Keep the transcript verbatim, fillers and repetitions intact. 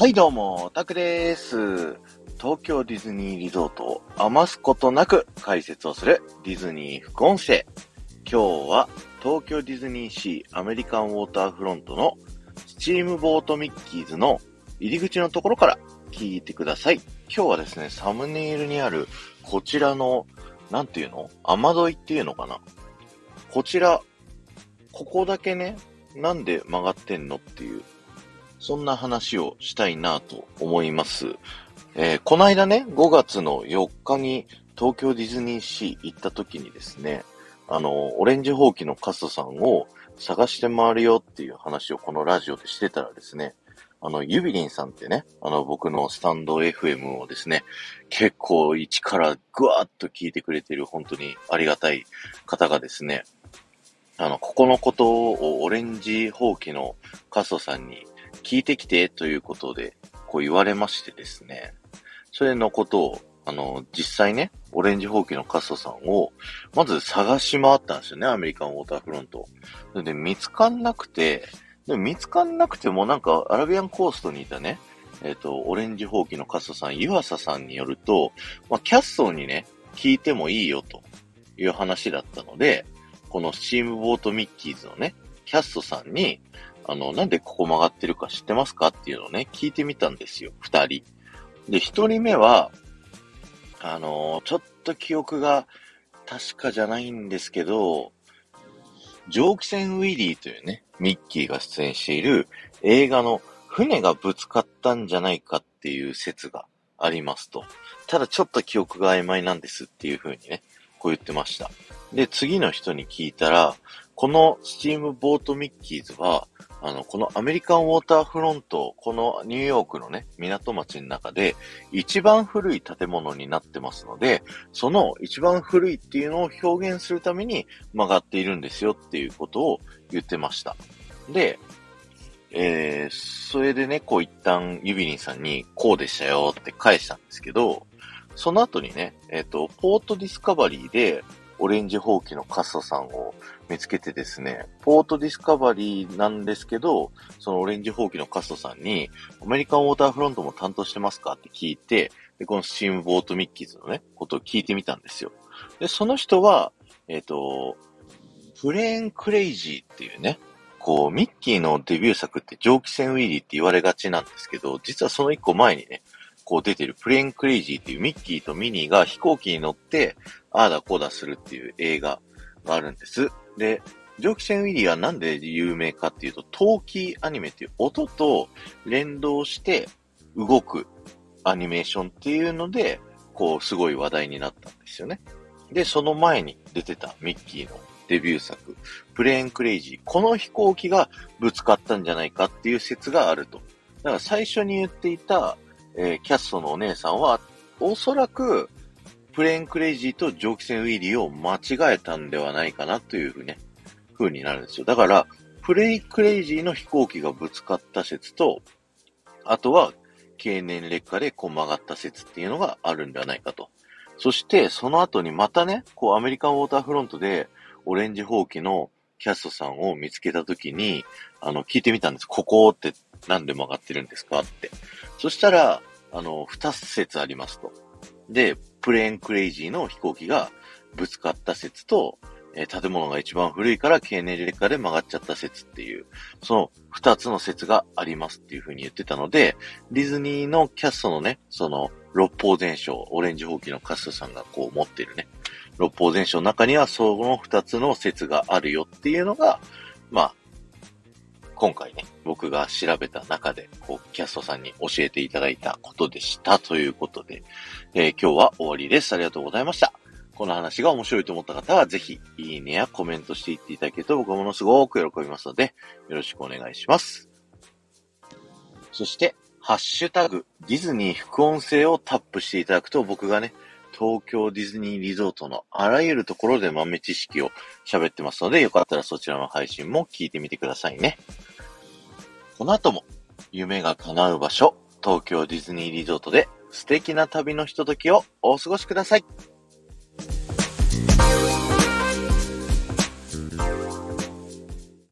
はいどうも、タクです。東京ディズニーリゾートを余すことなく解説をするディズニー副音声。今日は東京ディズニーシーアメリカンウォーターフロントのスチームボートミッキーズの入り口のところから聞いてください。今日はですね、サムネイルにあるこちらの、なんていうの？雨どいっていうのかな？こちら、ここだけね、なんで曲がってんのっていう、そんな話をしたいなと思います。えー、この間ね、ごがつのよっかに東京ディズニーシー行った時にですね、あの、オレンジほうきのカストさんを探して回るよっていう話をこのラジオでしてたらですね、あの、ユビリンさんってね、あの、僕のスタンド エフエム をですね、結構一からぐわーっと聞いてくれてる本当にありがたい方がですね、あの、ここのことをオレンジほうきのカストさんに聞いてきてということで、こう言われましてですね、それのことを、あの、実際ね、オレンジほうきのカストさんを、まず探し回ったんですよね、アメリカンウォーターフロント。で、見つかんなくて、でも見つかんなくてもなんか、アラビアンコーストにいたね、えっと、オレンジほうきのカストさん、湯浅さんによると、まあ、キャストにね、聞いてもいいよという話だったので、このスチームボートミッキーズのね、キャストさんに、あの、なんでここ曲がってるか知ってますかっていうのをね、聞いてみたんですよ、二人。で、一人目は、あのー、ちょっと記憶が確かじゃないんですけど、蒸気船ウィリーというね、ミッキーが出演している映画の船がぶつかったんじゃないかっていう説がありますと。ただちょっと記憶が曖昧なんですっていう風にね、こう言ってました。で、次の人に聞いたら、このスチームボートミッキーズは、あの、このアメリカンウォーターフロント、このニューヨークのね、港町の中で一番古い建物になってますので、その一番古いっていうのを表現するために曲がっているんですよっていうことを言ってました。で、えー、それでね、こう一旦ユビリンさんにこうでしたよって返したんですけど、その後にね、えっと、ポートディスカバリーでオレンジほうきのカストさんを見つけてですね、ポートディスカバリーなんですけど、そのオレンジほうきのカストさんに、アメリカンウォーターフロントも担当してますかって聞いて、で、このスチームボートミッキーズのね、ことを聞いてみたんですよ。で、その人は、えっと、プレーンクレイジーっていうね、こう、ミッキーのデビュー作って蒸気船ウィリーって言われがちなんですけど、実はその一個前にね、こう出てるプレーンクレイジーっていうミッキーとミニーが飛行機に乗って、ああだこうだするっていう映画があるんです。で、蒸気船ウィリーはなんで有名かっていうと、トーキーアニメっていう音と連動して動くアニメーションっていうので、こう、すごい話題になったんですよね。で、その前に出てたミッキーのデビュー作、プレーンクレイジー。この飛行機がぶつかったんじゃないかっていう説があると。だから最初に言っていた、えー、キャストのお姉さんは、おそらく、プレーンクレイジーと蒸気船ウィリーを間違えたんではないかなというふうね、風になるんですよ。だから、プレイクレイジーの飛行機がぶつかった説と、あとは、経年劣化でこう曲がった説っていうのがあるんではないかと。そして、その後にまたね、こうアメリカンウォーターフロントで、オレンジほうきのキャストさんを見つけたときに、あの、聞いてみたんです。ここってなんで曲がってるんですかって。そしたら、あの、二説ありますと。で、プレーンクレイジーの飛行機がぶつかった説と、えー、建物が一番古いから経年劣化で曲がっちゃった説っていう、その二つの説がありますっていう風に言ってたので、ディズニーのキャストのね、その六法全書、オレンジほうきのカストさんがこう持ってるね、六法全書の中にはその二つの説があるよっていうのが、まあ、今回ね、僕が調べた中で、こう、キャストさんに教えていただいたことでしたということで、えー、今日は終わりです。ありがとうございました。この話が面白いと思った方は、ぜひ、いいねやコメントしていっていただけると僕はものすごく喜びますので、よろしくお願いします。そして、ハッシュタグ、ディズニー副音声をタップしていただくと、僕がね、東京ディズニーリゾートのあらゆるところで豆知識を喋ってますので、よかったらそちらの配信も聞いてみてくださいね。この後も、夢が叶う場所、東京ディズニーリゾートで素敵な旅のひとときをお過ごしください。